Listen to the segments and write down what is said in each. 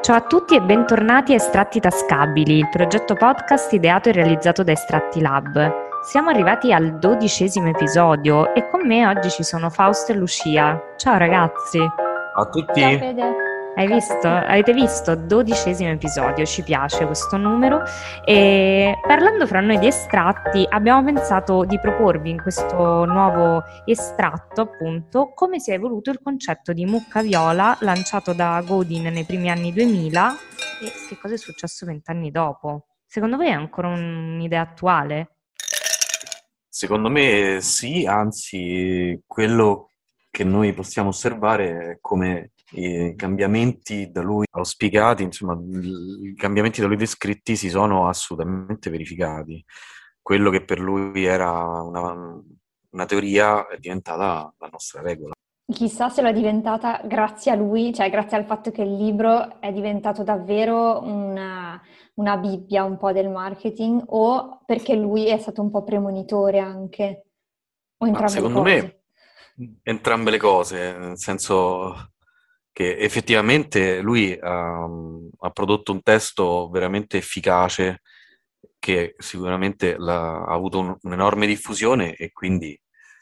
Ciao a tutti e bentornati a Estratti Tascabili, il progetto podcast ideato e realizzato da Estratti Lab. Siamo arrivati al 12° episodio e con me oggi ci sono Fausto e Lucia. Ciao ragazzi! A tutti? Ciao Fede. Hai Ciao a visto? tutti. Avete visto? 12° episodio, ci piace questo numero e parlando fra noi di estratti abbiamo pensato di proporvi in questo nuovo estratto appunto come si è evoluto il concetto di mucca viola lanciato da Godin nei primi anni 2000 e che cosa è successo 20 anni dopo. Secondo voi è ancora un'idea attuale? Secondo me sì, anzi, quello che noi possiamo osservare è come i cambiamenti da lui auspicati, insomma, i cambiamenti da lui descritti si sono assolutamente verificati. Quello che per lui era una teoria è diventata la nostra regola. Chissà se lo è diventata grazie a lui, cioè grazie al fatto che il libro è diventato davvero una Bibbia un po' del marketing o perché lui è stato un po' premonitore anche, o Ma entrambe le secondo me cose. entrambe le cose, nel senso che effettivamente lui ha prodotto un testo veramente efficace che sicuramente ha avuto un'enorme diffusione e quindi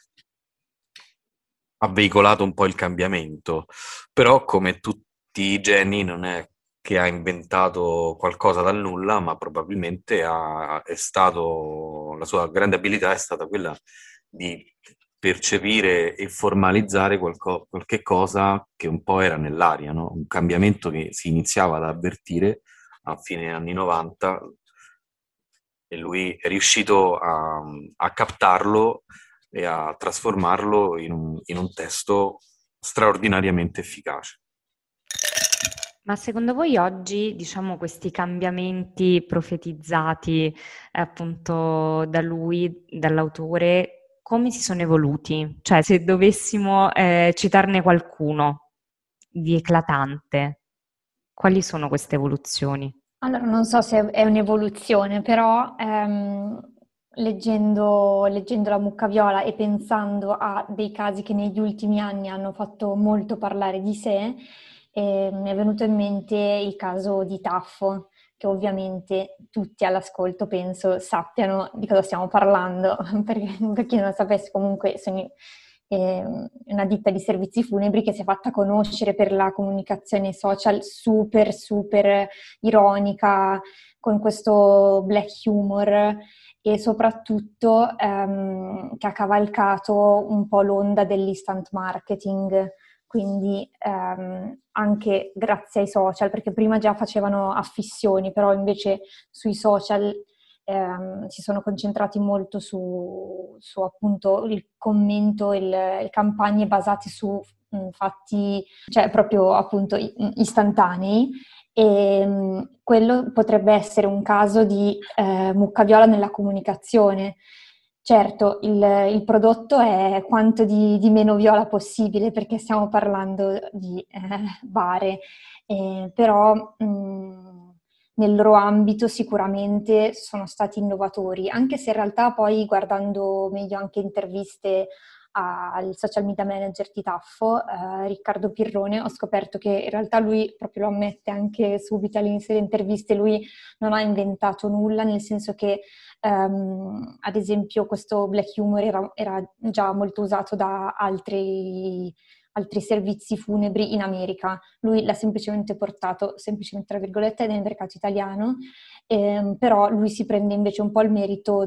ha veicolato un po' il cambiamento. Però come tutti i geni non è che ha inventato qualcosa dal nulla, ma probabilmente la sua grande abilità è stata quella di percepire e formalizzare qualche cosa che un po' era nell'aria, no? Un cambiamento che si iniziava ad avvertire a fine anni 90 e lui è riuscito a captarlo e a trasformarlo in un testo straordinariamente efficace. Ma secondo voi oggi, diciamo, questi cambiamenti profetizzati appunto da lui, dall'autore, come si sono evoluti? Cioè, se dovessimo citarne qualcuno di eclatante, quali sono queste evoluzioni? Allora, non so se è un'evoluzione, però leggendo la mucca viola e pensando a dei casi che negli ultimi anni hanno fatto molto parlare di sé, mi è venuto in mente il caso di Taffo, che ovviamente tutti all'ascolto penso sappiano di cosa stiamo parlando, perché per chi non lo sapesse comunque sono una ditta di servizi funebri che si è fatta conoscere per la comunicazione social super, super ironica, con questo black humor e soprattutto che ha cavalcato un po' l'onda dell'instant marketing, quindi anche grazie ai social, perché prima già facevano affissioni, però invece sui social si sono concentrati molto su appunto il commento, le campagne basate su fatti, cioè proprio appunto istantanei. E quello potrebbe essere un caso di mucca viola nella comunicazione. Certo, il prodotto è quanto di meno viola possibile perché stiamo parlando di bare, però nel loro ambito sicuramente sono stati innovatori, anche se in realtà poi guardando meglio anche interviste al social media manager di Taffo, Riccardo Pirrone, ho scoperto che in realtà lui proprio lo ammette anche subito all'inizio delle interviste, lui non ha inventato nulla, nel senso che ad esempio questo black humor era già molto usato da altri servizi funebri in America. Lui l'ha semplicemente portato, semplicemente tra virgolette, nel mercato italiano, però lui si prende invece un po' il merito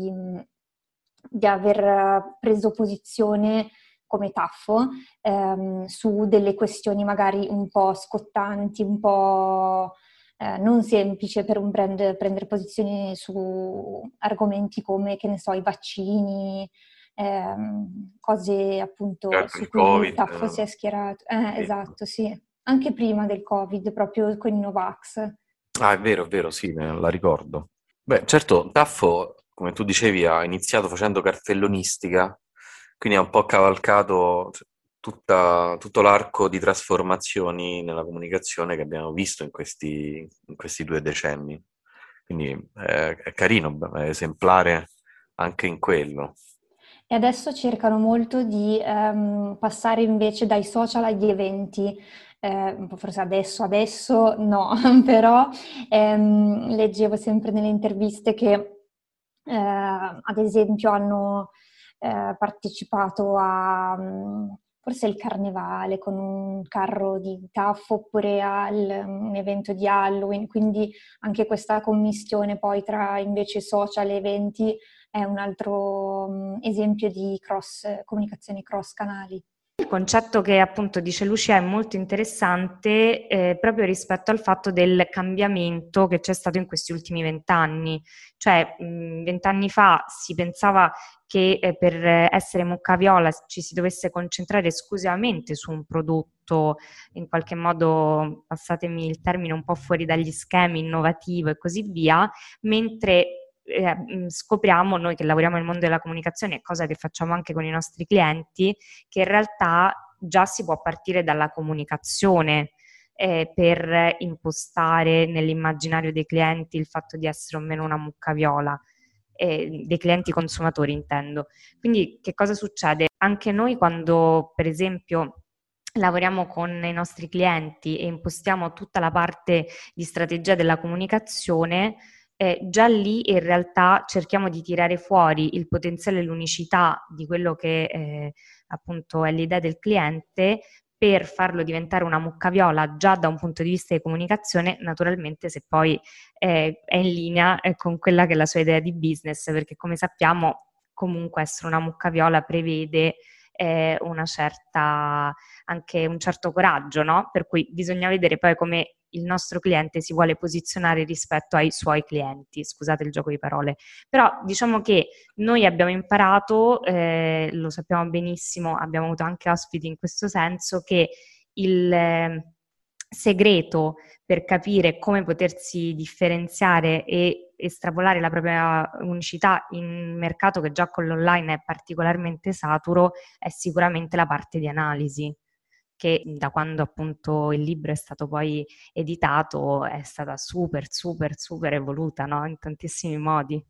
di aver preso posizione come Taffo su delle questioni magari un po' scottanti, un po' non semplice per un brand prendere posizione su argomenti come, che ne so, i vaccini, cose appunto Certo, su il cui Covid, Taffo si è schierato. sì. Esatto, sì. Anche prima del Covid, proprio con i Novax. Ah, è vero, sì, la ricordo. Beh, certo, Taffo, come tu dicevi, ha iniziato facendo cartellonistica, quindi ha un po' cavalcato tutto l'arco di trasformazioni nella comunicazione che abbiamo visto in questi 2 decenni. Quindi è carino, è esemplare anche in quello. E adesso cercano molto di passare invece dai social agli eventi. forse adesso no, però leggevo sempre nelle interviste che ad esempio hanno partecipato a forse il carnevale con un carro di taffo oppure un evento di Halloween, quindi anche questa commistione poi tra invece social e eventi è un altro esempio di comunicazione cross canali. Il concetto che appunto dice Lucia è molto interessante proprio rispetto al fatto del cambiamento che c'è stato in questi ultimi 20 anni. Cioè, 20 anni fa si pensava che per essere Moccaviola ci si dovesse concentrare esclusivamente su un prodotto, in qualche modo, passatemi il termine, un po' fuori dagli schemi, innovativo e così via, mentre scopriamo noi che lavoriamo nel mondo della comunicazione, cosa che facciamo anche con i nostri clienti, che in realtà già si può partire dalla comunicazione per impostare nell'immaginario dei clienti il fatto di essere o meno una mucca viola, dei clienti consumatori intendo. Quindi che cosa succede? Anche noi quando per esempio lavoriamo con i nostri clienti e impostiamo tutta la parte di strategia della comunicazione, già lì in realtà cerchiamo di tirare fuori il potenziale e l'unicità di quello che appunto è l'idea del cliente per farlo diventare una mucca viola già da un punto di vista di comunicazione, naturalmente se poi è in linea con quella che è la sua idea di business, perché come sappiamo comunque essere una mucca viola prevede una certa, anche un certo coraggio, no? Per cui bisogna vedere poi come il nostro cliente si vuole posizionare rispetto ai suoi clienti, scusate il gioco di parole, però diciamo che noi abbiamo imparato, lo sappiamo benissimo, abbiamo avuto anche ospiti in questo senso, che il segreto per capire come potersi differenziare e estrapolare la propria unicità in un mercato che già con l'online è particolarmente saturo è sicuramente la parte di analisi, che da quando appunto il libro è stato poi editato è stata super, super, super evoluta, no? In tantissimi modi.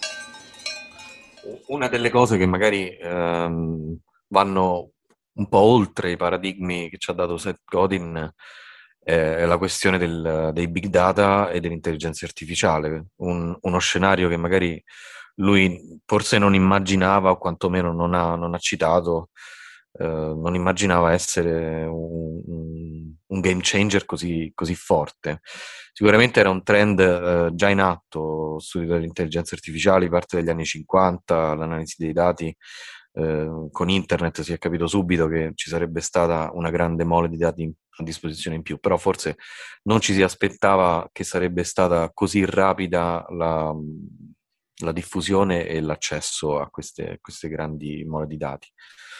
Una delle cose che magari vanno un po' oltre i paradigmi che ci ha dato Seth Godin è la questione dei big data e dell'intelligenza artificiale, uno scenario che magari lui forse non immaginava o quantomeno non ha citato, non immaginava essere un game changer così forte. Sicuramente era un trend già in atto, studio dell'intelligenza artificiale, parte degli anni 50, l'analisi dei dati. Con internet si è capito subito che ci sarebbe stata una grande mole di dati a disposizione in più, però forse non ci si aspettava che sarebbe stata così rapida la diffusione e l'accesso a queste grandi mole di dati.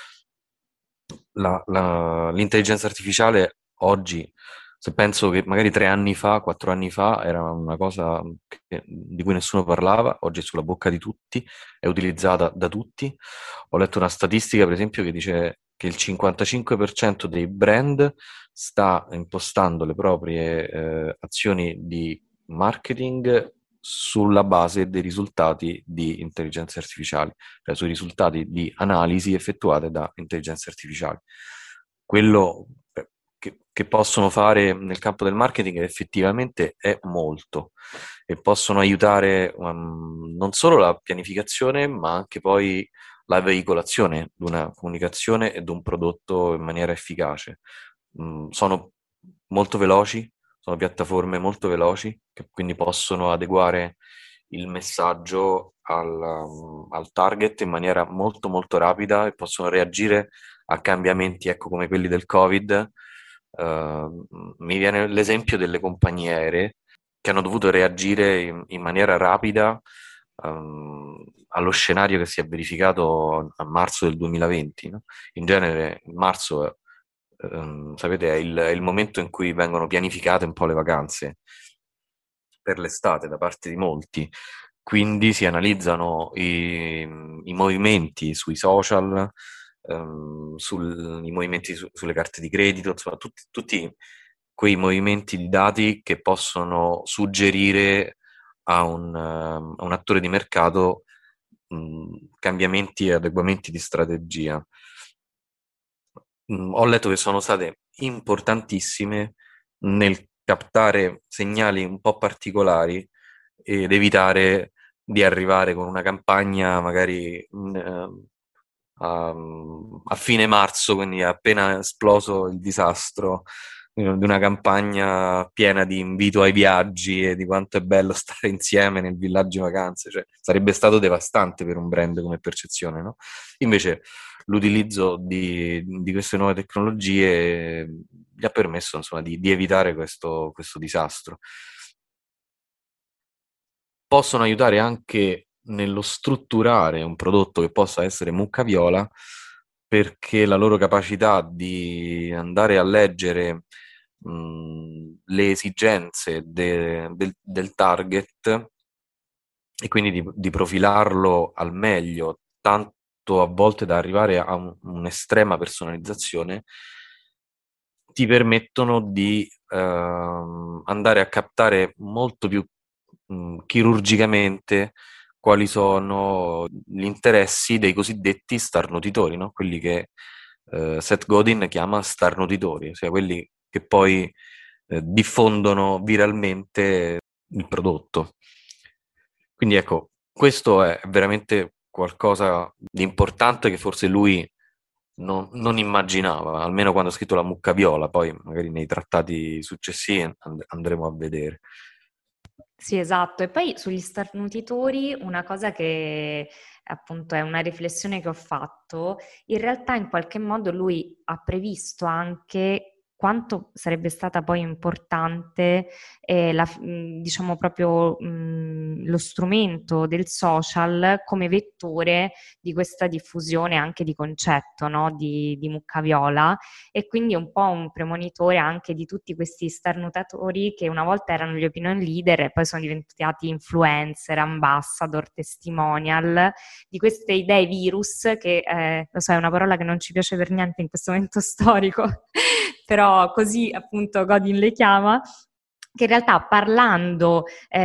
L'intelligenza artificiale oggi, se penso che magari 3 anni fa, 4 anni fa, era una cosa di cui nessuno parlava, oggi è sulla bocca di tutti, è utilizzata da tutti. Ho letto una statistica, per esempio, che dice che il 55% dei brand sta impostando le proprie azioni di marketing sulla base dei risultati di intelligenza artificiale, cioè sui risultati di analisi effettuate da intelligenza artificiale. Quello che possono fare nel campo del marketing effettivamente è molto e possono aiutare non solo la pianificazione, ma anche poi la veicolazione di una comunicazione e di un prodotto in maniera efficace. Sono molto veloci, sono piattaforme molto veloci che quindi possono adeguare il messaggio al target in maniera molto molto rapida e possono reagire a cambiamenti, ecco, come quelli del Covid. Mi viene l'esempio delle compagnie aeree che hanno dovuto reagire in maniera rapida allo scenario che si è verificato a marzo del 2020. No? In genere, marzo, sapete, è il momento in cui vengono pianificate un po' le vacanze per l'estate da parte di molti. Quindi si analizzano i movimenti sui social, i movimenti sulle carte di credito, insomma, tutti quei movimenti di dati che possono suggerire a un attore di mercato cambiamenti e adeguamenti di strategia. Ho letto che sono state importantissime nel captare segnali un po' particolari ed evitare di arrivare con una campagna magari a fine marzo, quindi appena esploso il disastro, di una campagna piena di invito ai viaggi e di quanto è bello stare insieme nel villaggio vacanze, cioè sarebbe stato devastante per un brand come percezione, no? Invece l'utilizzo di queste nuove tecnologie gli ha permesso, insomma, di evitare questo disastro. Possono aiutare anche nello strutturare un prodotto che possa essere mucca viola, perché la loro capacità di andare a leggere le esigenze del target e quindi di profilarlo al meglio, tanto a volte da arrivare a un'estrema personalizzazione, ti permettono di andare a captare molto più chirurgicamente quali sono gli interessi dei cosiddetti starnutitori, no? Quelli che Seth Godin chiama starnutitori, ossia quelli che poi diffondono viralmente il prodotto. Quindi ecco, questo è veramente qualcosa di importante che forse lui non immaginava, almeno quando ha scritto La mucca viola, poi magari nei trattati successivi andremo a vedere. Sì, esatto. E poi sugli starnutitori, una cosa che appunto è una riflessione che ho fatto, in realtà in qualche modo lui ha previsto anche quanto sarebbe stata poi importante diciamo proprio lo strumento del social come vettore di questa diffusione anche di concetto, no? Di mucca viola, e quindi è un po' un premonitore anche di tutti questi starnutatori che una volta erano gli opinion leader e poi sono diventati influencer, ambassador, testimonial di queste idee virus che, lo so, è una parola che non ci piace per niente in questo momento storico, però così appunto Godin le chiama, che in realtà parlando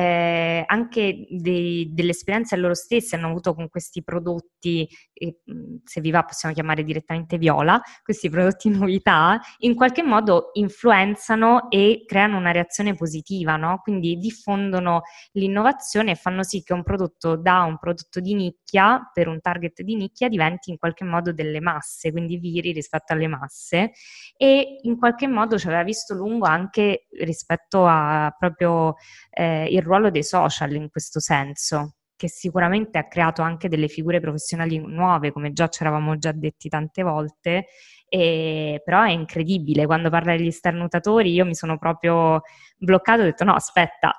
anche delle esperienze loro stessi hanno avuto con questi prodotti, se vi va possiamo chiamare direttamente viola, questi prodotti novità, in qualche modo influenzano e creano una reazione positiva, no? Quindi diffondono l'innovazione e fanno sì che un prodotto da un prodotto di nicchia, per un target di nicchia, diventi in qualche modo delle masse, quindi viri rispetto alle masse, e in qualche modo ci aveva visto lungo anche rispetto a proprio il ruolo dei social in questo senso, che sicuramente ha creato anche delle figure professionali nuove, come già ci eravamo già detti tante volte, però è incredibile, quando parla degli sternutatori io mi sono proprio bloccato e ho detto no, aspetta.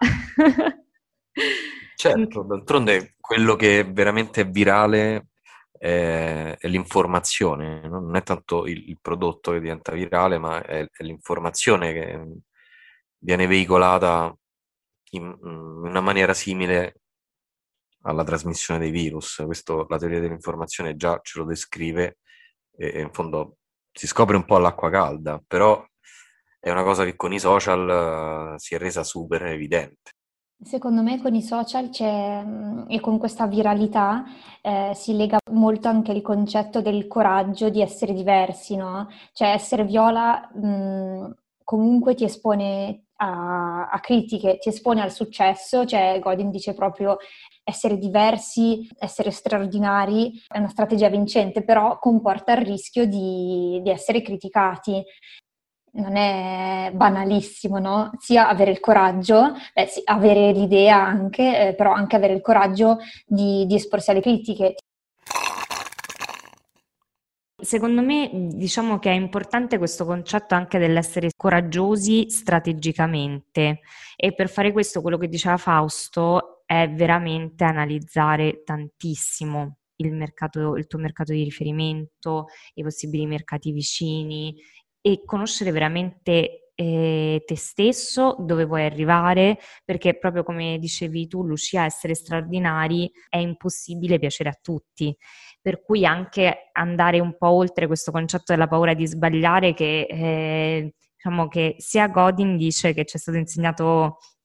Certo, d'altronde quello che veramente è virale è l'informazione, no? Non è tanto il prodotto che diventa virale, ma è l'informazione che viene veicolata in una maniera simile alla trasmissione dei virus. Questo, la teoria dell'informazione già ce lo descrive e in fondo si scopre un po' all'acqua calda, però è una cosa che con i social si è resa super evidente. Secondo me con i social e con questa viralità si lega molto anche il concetto del coraggio di essere diversi, no? Cioè essere viola comunque ti espone a critiche, ti espone al successo, cioè Godin dice proprio essere diversi, essere straordinari è una strategia vincente, però comporta il rischio di essere criticati. Non è banalissimo, no? Sia avere il coraggio, sì, avere l'idea anche, però anche avere il coraggio di esporsi alle critiche. Secondo me, diciamo che è importante questo concetto anche dell'essere coraggiosi strategicamente, e per fare questo quello che diceva Fausto è veramente analizzare tantissimo il tuo mercato di riferimento, i possibili mercati vicini, e conoscere veramente te stesso, dove vuoi arrivare, perché proprio come dicevi tu, Lucia, essere straordinari è impossibile piacere a tutti. Per cui anche andare un po' oltre questo concetto della paura di sbagliare, che diciamo che sia Godin dice che ci è stato insegnato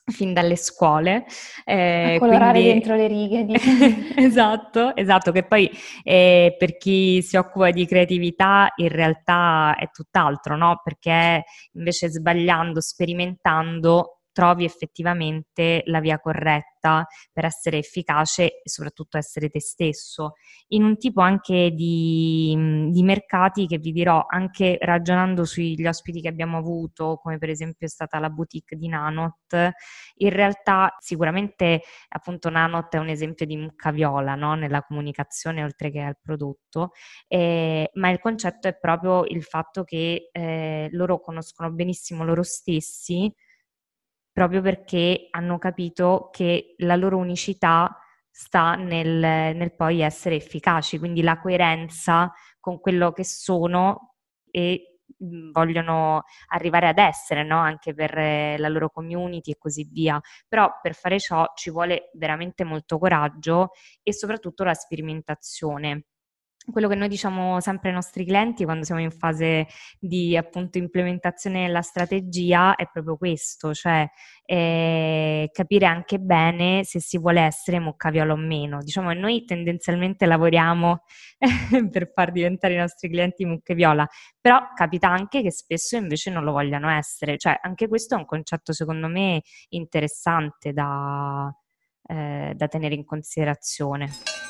fin dalle scuole. A colorare Quindi dentro le righe, dici? esatto, che poi per chi si occupa di creatività in realtà è tutt'altro, no? Perché invece sbagliando, sperimentando, trovi effettivamente la via corretta per essere efficace e soprattutto essere te stesso in un tipo anche di mercati che vi dirò, anche ragionando sugli ospiti che abbiamo avuto, come per esempio è stata la boutique di Nanot, in realtà sicuramente appunto Nanot è un esempio di mucca viola, no? Nella comunicazione oltre che al prodotto, ma il concetto è proprio il fatto che loro conoscono benissimo loro stessi proprio perché hanno capito che la loro unicità sta nel poi essere efficaci, quindi la coerenza con quello che sono e vogliono arrivare ad essere, no? Anche per la loro community e così via. Però per fare ciò ci vuole veramente molto coraggio e soprattutto la sperimentazione. Quello che noi diciamo sempre ai nostri clienti quando siamo in fase di appunto implementazione della strategia è proprio questo, cioè capire anche bene se si vuole essere moccaviola o meno. Diciamo che noi tendenzialmente lavoriamo per far diventare i nostri clienti muccheviola, però capita anche che spesso invece non lo vogliano essere, cioè anche questo è un concetto secondo me interessante da tenere in considerazione.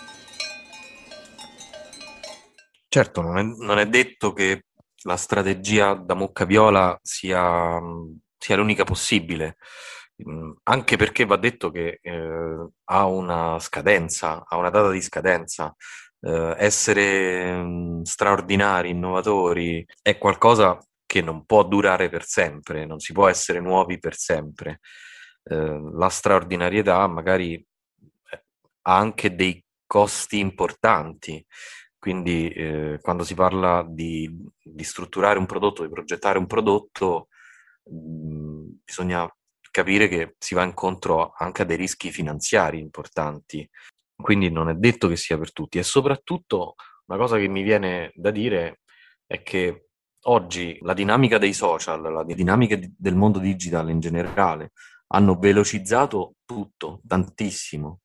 Certo, non è detto che la strategia da mucca viola sia l'unica possibile, anche perché va detto che ha una scadenza, ha una data di scadenza. Essere straordinari, innovatori, è qualcosa che non può durare per sempre, non si può essere nuovi per sempre. La straordinarietà magari ha anche dei costi importanti. Quindi quando si parla di strutturare un prodotto, di progettare un prodotto, bisogna capire che si va incontro anche a dei rischi finanziari importanti. Quindi non è detto che sia per tutti. E soprattutto una cosa che mi viene da dire è che oggi la dinamica dei social, la dinamica del mondo digital in generale, hanno velocizzato tutto tantissimo.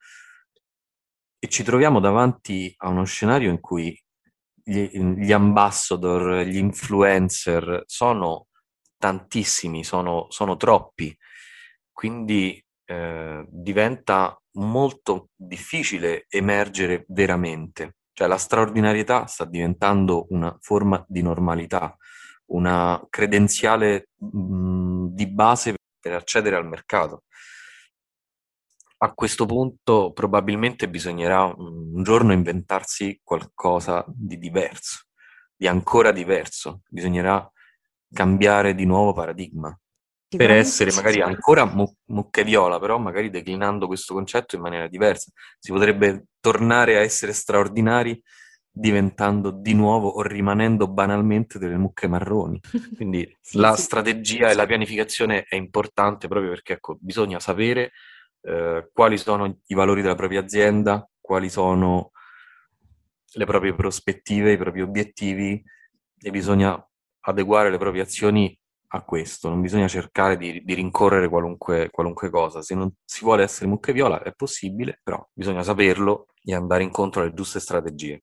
E ci troviamo davanti a uno scenario in cui gli ambassador, gli influencer sono tantissimi, sono troppi, quindi diventa molto difficile emergere veramente. Cioè la straordinarietà sta diventando una forma di normalità, una credenziale di base per accedere al mercato. A questo punto probabilmente bisognerà un giorno inventarsi qualcosa di diverso, di ancora diverso. Bisognerà cambiare di nuovo paradigma per essere magari ancora mucche viola, però magari declinando questo concetto in maniera diversa. Si potrebbe tornare a essere straordinari diventando di nuovo o rimanendo banalmente delle mucche marroni. Quindi la strategia e la pianificazione è importante proprio perché ecco, bisogna sapere quali sono i valori della propria azienda, quali sono le proprie prospettive, i propri obiettivi e bisogna adeguare le proprie azioni a questo. Non bisogna cercare di rincorrere qualunque cosa. Se non si vuole essere mucche viola è possibile, però bisogna saperlo e andare incontro alle giuste strategie.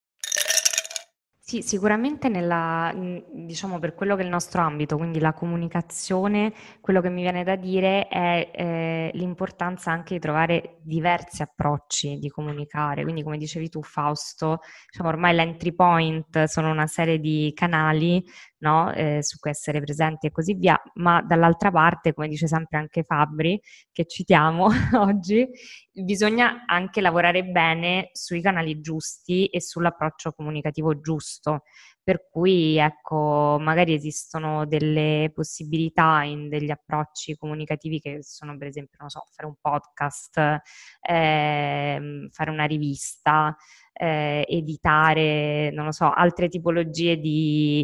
Sì, sicuramente diciamo per quello che è il nostro ambito, quindi la comunicazione, quello che mi viene da dire è l'importanza anche di trovare diversi approcci di comunicare. Quindi, come dicevi tu, Fausto, diciamo ormai l'entry point sono una serie di canali, no? Su cui essere presenti e così via, ma dall'altra parte, come dice sempre anche Fabri, che citiamo oggi, bisogna anche lavorare bene sui canali giusti e sull'approccio comunicativo giusto. Per cui, ecco, magari esistono delle possibilità in degli approcci comunicativi che sono, per esempio, non so, fare un podcast, fare una rivista, editare, non lo so, altre tipologie di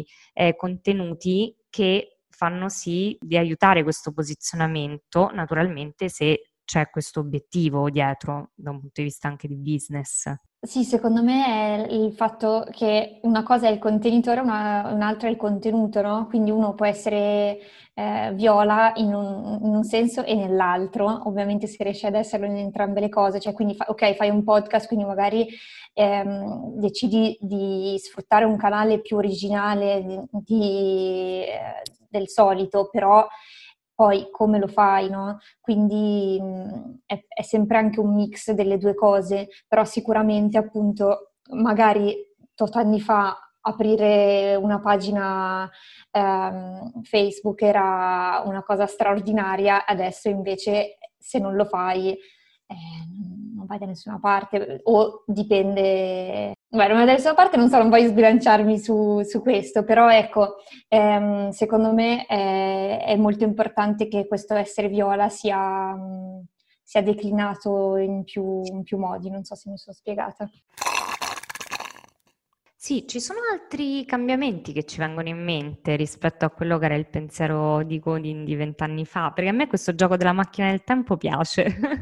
contenuti che fanno sì di aiutare questo posizionamento, naturalmente se c'è questo obiettivo dietro da un punto di vista anche di business. Sì, secondo me è il fatto che una cosa è il contenitore, un'altra è il contenuto, no? Quindi uno può essere viola in un senso e nell'altro, ovviamente si riesce ad esserlo in entrambe le cose, cioè quindi fai un podcast, quindi magari decidi di sfruttare un canale più originale del solito, però poi come lo fai, no? Quindi è sempre anche un mix delle due cose, però sicuramente appunto magari tot anni fa aprire una pagina Facebook era una cosa straordinaria, adesso invece se non lo fai non vai da nessuna parte, o dipende. Beh, non vai da nessuna parte, non so, non voglio sbilanciarmi su questo, però ecco, secondo me è molto importante che questo essere viola sia declinato in più modi, non so se mi sono spiegata. Sì, ci sono altri cambiamenti che ci vengono in mente rispetto a quello che era il pensiero di Godin di 20 anni fa, perché a me questo gioco della macchina del tempo piace,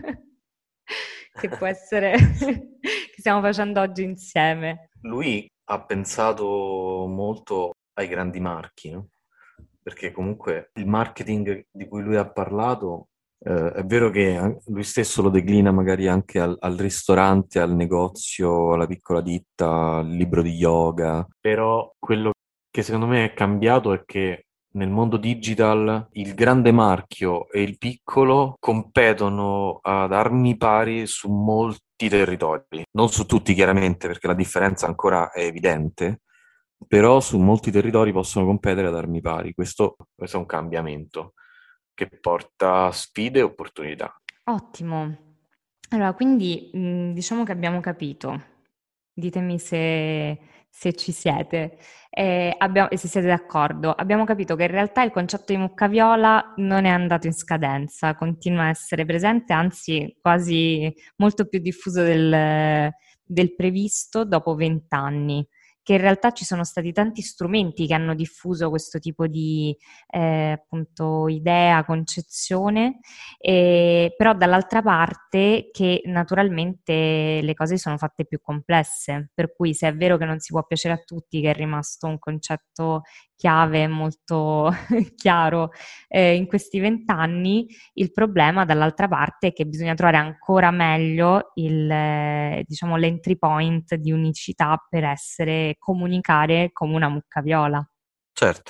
che può essere che stiamo facendo oggi insieme. Lui ha pensato molto ai grandi marchi, no? Perché comunque il marketing di cui lui ha parlato è vero che lui stesso lo declina magari anche al ristorante, al negozio, alla piccola ditta, al libro di yoga, però quello che secondo me è cambiato è che nel mondo digital il grande marchio e il piccolo competono ad armi pari su molti territori, non su tutti chiaramente perché la differenza ancora è evidente, però su molti territori possono competere ad armi pari. Questo è un cambiamento che porta sfide e opportunità. Ottimo. Allora, quindi diciamo che abbiamo capito. Ditemi se ci siete e se siete d'accordo. Abbiamo capito che in realtà il concetto di mucca viola non è andato in scadenza, continua a essere presente, anzi quasi molto più diffuso del previsto dopo 20 anni. Che in realtà ci sono stati tanti strumenti che hanno diffuso questo tipo di appunto idea, concezione, però dall'altra parte che naturalmente le cose sono fatte più complesse, per cui se è vero che non si può piacere a tutti, che è rimasto un concetto chiave molto chiaro in questi 20 anni, il problema dall'altra parte è che bisogna trovare ancora meglio diciamo, l'entry point di unicità per comunicare come una mucca viola. Certo.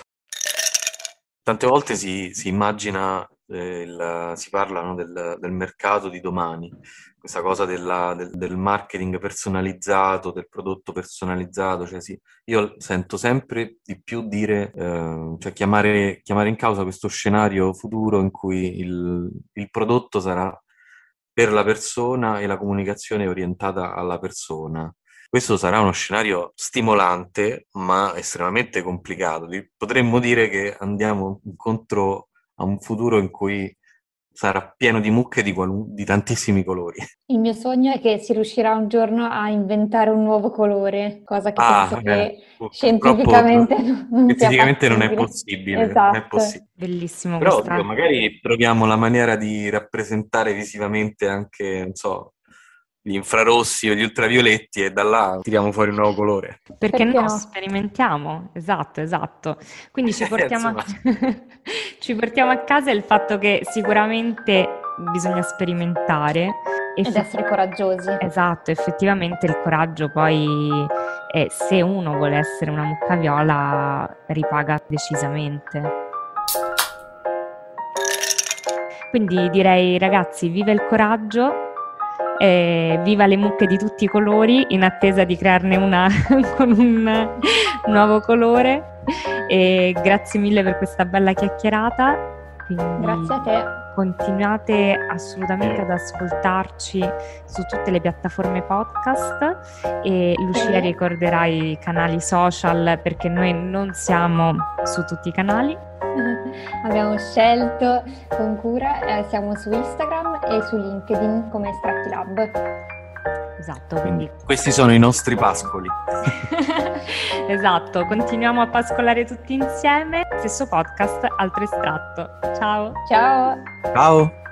Tante volte si immagina, si parlano del mercato di domani, questa cosa del marketing personalizzato, del prodotto personalizzato, cioè io sento sempre di più dire, cioè chiamare in causa questo scenario futuro in cui il prodotto sarà per la persona e la comunicazione orientata alla persona. Questo sarà uno scenario stimolante, ma estremamente complicato. Potremmo dire che andiamo incontro a un futuro in cui sarà pieno di mucche di tantissimi colori. Il mio sogno è che si riuscirà un giorno a inventare un nuovo colore, cosa che penso che scientificamente non è possibile. Esatto. Non è possibile. Bellissimo. Però magari troviamo la maniera di rappresentare visivamente anche, non so, gli infrarossi o gli ultravioletti e da là tiriamo fuori un nuovo colore. Perché no? Sperimentiamo, esatto. Quindi ci portiamo a casa il fatto che sicuramente bisogna sperimentare ed essere coraggiosi. Esatto, effettivamente il coraggio poi, se uno vuole essere una mucca viola, ripaga decisamente. Quindi direi, ragazzi, viva il coraggio! Viva le mucche di tutti i colori, in attesa di crearne una con un nuovo colore, e grazie mille per questa bella chiacchierata. Quindi grazie a te. Continuate assolutamente ad ascoltarci su tutte le piattaforme podcast e Lucia ricorderà i canali social perché noi non siamo su tutti i canali. Abbiamo scelto con cura, siamo su Instagram e su LinkedIn come Estratti Lab. Esatto, quindi questi sono i nostri pascoli. Esatto, continuiamo a pascolare tutti insieme. Stesso podcast, altro estratto. Ciao. Ciao. Ciao.